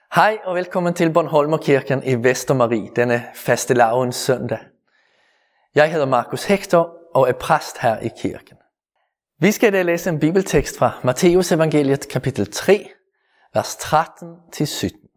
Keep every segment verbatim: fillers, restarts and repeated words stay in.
Hej og velkommen til Bornholmerkirken i Vestermarie denne fastelavns søndag. Jeg hedder Markus Hector og er præst her i kirken. Vi skal i dag læse en bibeltekst fra Matteus evangeliet kapitel tre, vers tretten til sytten.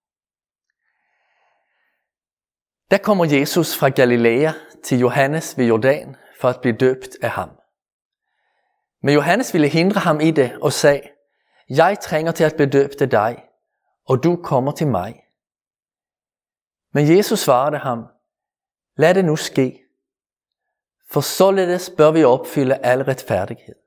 Der kommer Jesus fra Galilea til Johannes ved Jordan for at blive døbt af ham. Men Johannes ville hindre ham i det og sagde, jeg trænger til at blive døbt af dig, og du kommer til mig. Men Jesus svarede ham, lad det nu ske, for således bør vi opfylde al retfærdighed.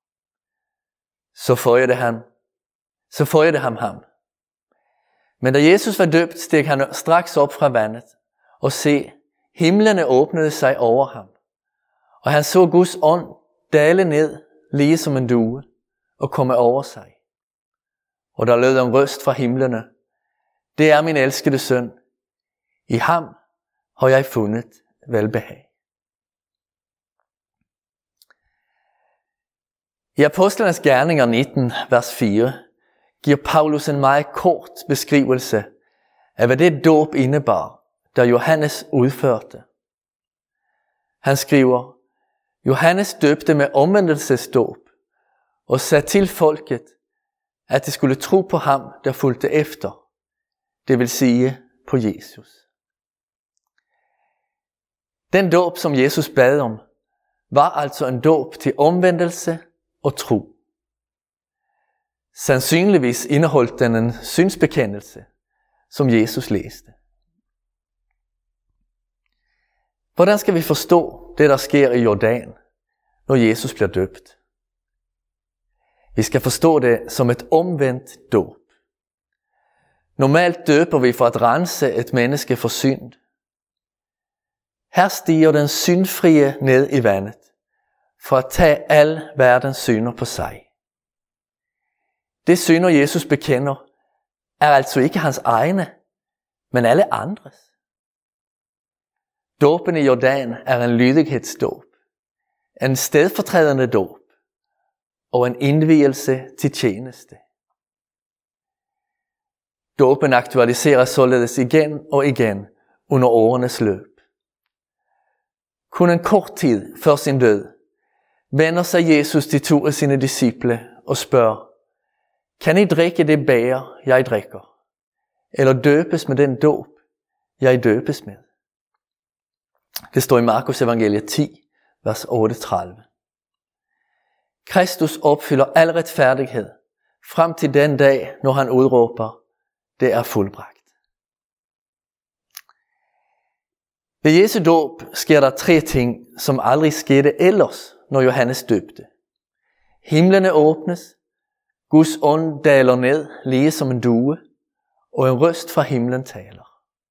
Så føjede han, så føjede ham ham. Men da Jesus var døbt, steg han straks op fra vandet, og se, himlene åbnede sig over ham, og han så Guds ånd dale ned, lige som en due, og komme over sig. Og der lød en røst fra himlene, det er min elskede søn, i ham har jeg fundet velbehag. I Apostlenes Gerninger nitten, vers fire, giver Paulus en meget kort beskrivelse af, hvad det dåb indebar, da Johannes udførte. Han skriver, Johannes døbte med omvendelsesdåb og sagde til folket, at de skulle tro på ham, der fulgte efter, det vil sige på Jesus. Den dåb, som Jesus bad om, var altså en dåb til omvendelse og tro. Sandsynligvis indeholdt den en syndsbekendelse, som Jesus læste. Hvordan skal vi forstå det, der sker i Jordan, når Jesus bliver døbt? Vi skal forstå det som et omvendt dåb. Normalt døber vi for at rense et menneske for synd. Her stiger den syndfrie ned i vandet, for at tage al verdens synder på sig. Det synder Jesus bekender, er altså ikke hans egne, men alle andres. Dåben i Jordan er en lydighedsdåb, en stedfortrædende dåb, og en indvielse til tjeneste. Dåben aktualiseres således igen og igen under årenes løb. Kun en kort tid før sin død vender sig Jesus til to af sine disciple og spørger, kan I drikke det bæger, jeg drikker, eller døbes med den dåb, jeg døbes med? Det står i Markus evangeliet ti, vers otteogtredive. Kristus opfylder al retfærdighed frem til den dag, når han udråber, det er fuldbragt. Ved Jesu dåb sker der tre ting, som aldrig skete ellers, når Johannes døbte. Himlene åbnes, Guds ånd daler ned, lige som en due, og en røst fra himlen taler.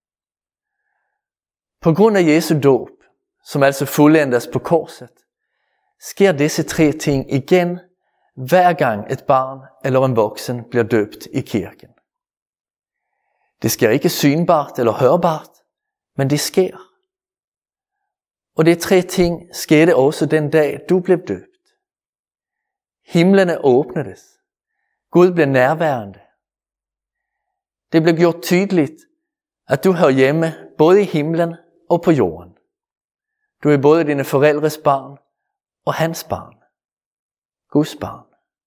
På grund af Jesu dåb, som altså fuldendes på korset, sker disse tre ting igen, hver gang et barn eller en voksen bliver døbt i kirken. Det sker ikke synbart eller hørbart, men det sker. Og de tre ting skete også den dag, du blev døbt. Himlene åbnedes. Gud blev nærværende. Det blev gjort tydeligt, at du hører hjemme både i himlen og på jorden. Du er både dine forældres barn og hans barn. Guds barn.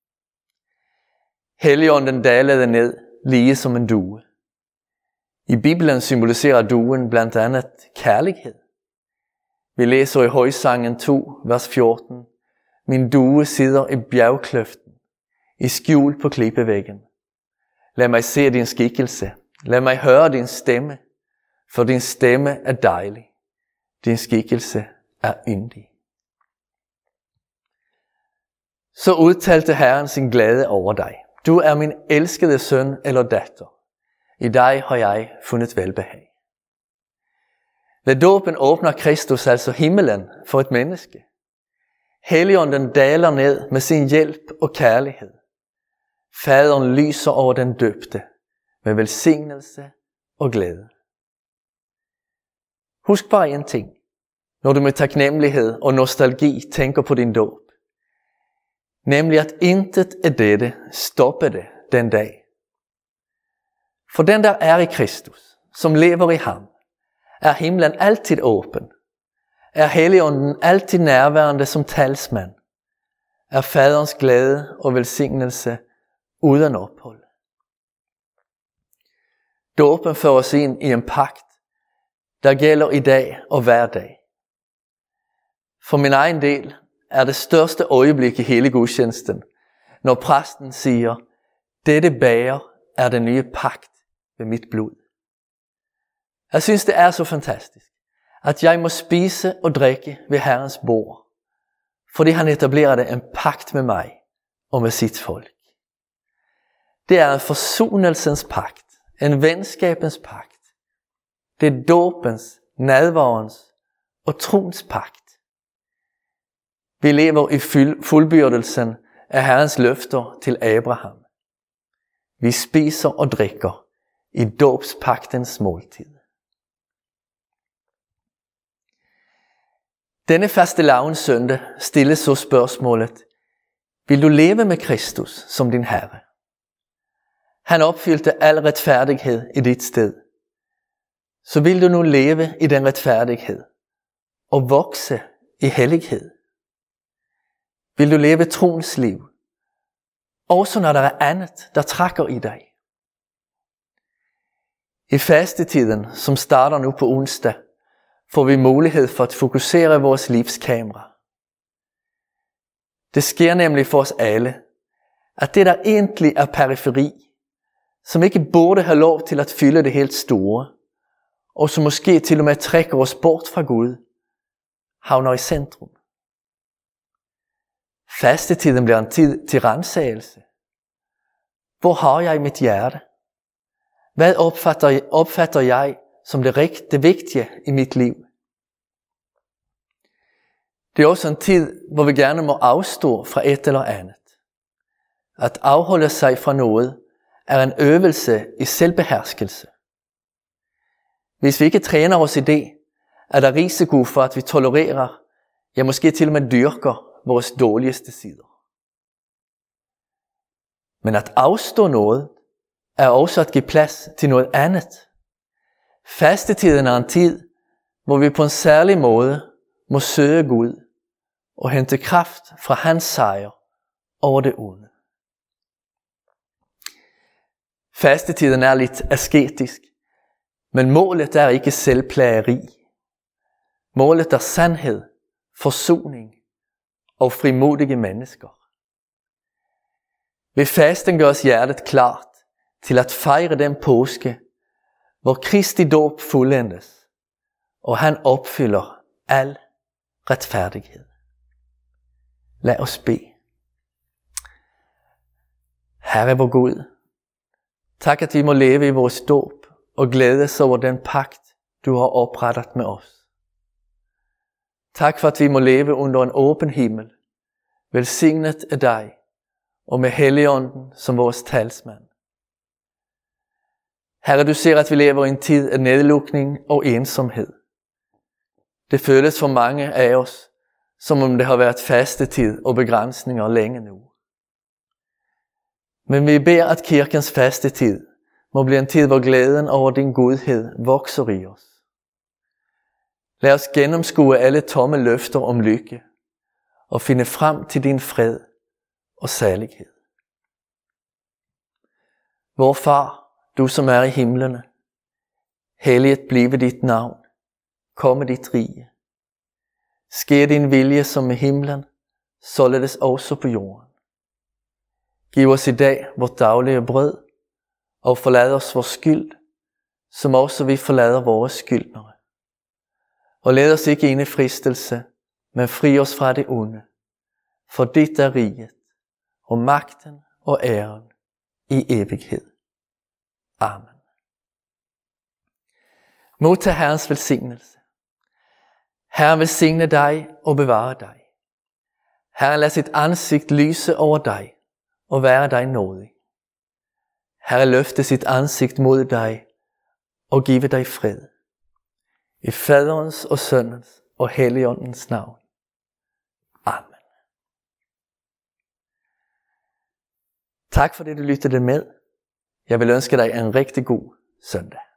Helligånden dalede ned, lige som en due. I Bibelen symboliserer duen blandt andet kærlighed. Vi læser i Højsangen to, vers fjorten. Min due sidder i bjergkløften, i skjul på klippevæggen. Lad mig se din skikkelse. Lad mig høre din stemme, for din stemme er dejlig. Din skikkelse er yndig. Så udtalte Herren sin glæde over dig. Du er min elskede søn eller datter. I dig har jeg fundet velbehag. Ved dåben åbner Kristus altså himmelen for et menneske. Helligånden daler ned med sin hjælp og kærlighed. Faderen lyser over den døbte med velsignelse og glæde. Husk bare en ting, når du med taknemmelighed og nostalgi tænker på din dåb. Nemlig at intet af dette stopper det den dag. For den der er i Kristus, som lever i ham, er himlen altid åben, er Helligånden altid nærværende som talsmand, er faderens glæde og velsignelse uden ophold. Dåben fører os ind i en pagt, der gælder i dag og hver dag. For min egen del er det største øjeblik i hele gudstjenesten, når præsten siger, dette bæger er den nye pagt ved mit blod. Jeg synes, det er så fantastisk, at jeg må spise og drikke ved Herrens bord, fordi han etablerede en pagt med mig og med sit folk. Det er en forsonelsens pagt, en venskabens pagt. Det er dåbens, nadvarens og troens pagt. Vi lever i fuldbyrdelsen af Herrens løfter til Abraham. Vi spiser og drikker i dåbspagtens måltid. Denne fastelavns søndag stilles så spørgsmålet, vil du leve med Kristus som din Herre? Han opfyldte al retfærdighed i dit sted. Så vil du nu leve i den retfærdighed og vokse i hellighed. Vil du leve troens liv, også når der er andet, der trækker i dig. I fastetiden, som starter nu på onsdag, får vi mulighed for at fokusere vores livskamera. Det sker nemlig for os alle, at det der egentlig er periferi, som ikke burde have lov til at fylde det helt store, og som måske til og med trækker os bort fra Gud, havner i centrum. Fastetiden bliver en tid til ransagelse. Hvor har jeg mit hjerte? Hvad opfatter, opfatter jeg som det, rigt, det vigtige i mit liv? Det er også en tid, hvor vi gerne må afstå fra et eller andet. At afholde sig fra noget er en øvelse i selvbeherskelse. Hvis vi ikke træner os i det, er der risiko for, at vi tolererer, ja måske til og med dyrker vores dårligste sider. Men at afstå noget, er også at give plads til noget andet. Fastetiden er en tid, hvor vi på en særlig måde må søge Gud og hente kraft fra hans sejr over det onde. Fastetiden er lidt asketisk, men målet er ikke selvplageri. Målet er sandhed, forsoning og frimodige mennesker. Ved fasten gør os hjertet klart til at fejre den påske, hvor Kristi dåb fuldendes, og han opfylder al retfærdighed. Lad os bede. Herre vor Gud, tak at vi må leve i vores dåb og glædes over den pagt, du har oprettet med os. Tak for at vi må leve under en åben himmel, velsignet af dig og med Helligånden som vores talsmand. Herre, du ser, at vi lever i en tid af nedlukning og ensomhed. Det føles for mange af os, som om det har været fastetid og begrænsninger længe nu. Men vi beder, at kirkens fastetid må blive en tid, hvor glæden over din godhed vokser i os. Lad os gennemskue alle tomme løfter om lykke og finde frem til din fred og særlighed. Vor far, du som er i himlene, helliget blive dit navn, komme dit rige. Ske din vilje som i himlen, således også på jorden. Giv os i dag vort daglige brød, og forlad os vores skyld, som også vi forlader vores skyldnere. Og led os ikke ind i fristelse, men fri os fra det onde. For dit er riget, og magten og æren i evighed. Amen. Modtag Herrens velsignelse. Herren velsigne dig og bevare dig. Herren lad sit ansigt lyse over dig og være dig nådig. Herren løfte sit ansigt mod dig og give dig fred. I Faderens og Sønnens og Helligåndens navn. Amen. Tak for det, du lyttede med. Jeg vil ønske dig en rigtig god søndag.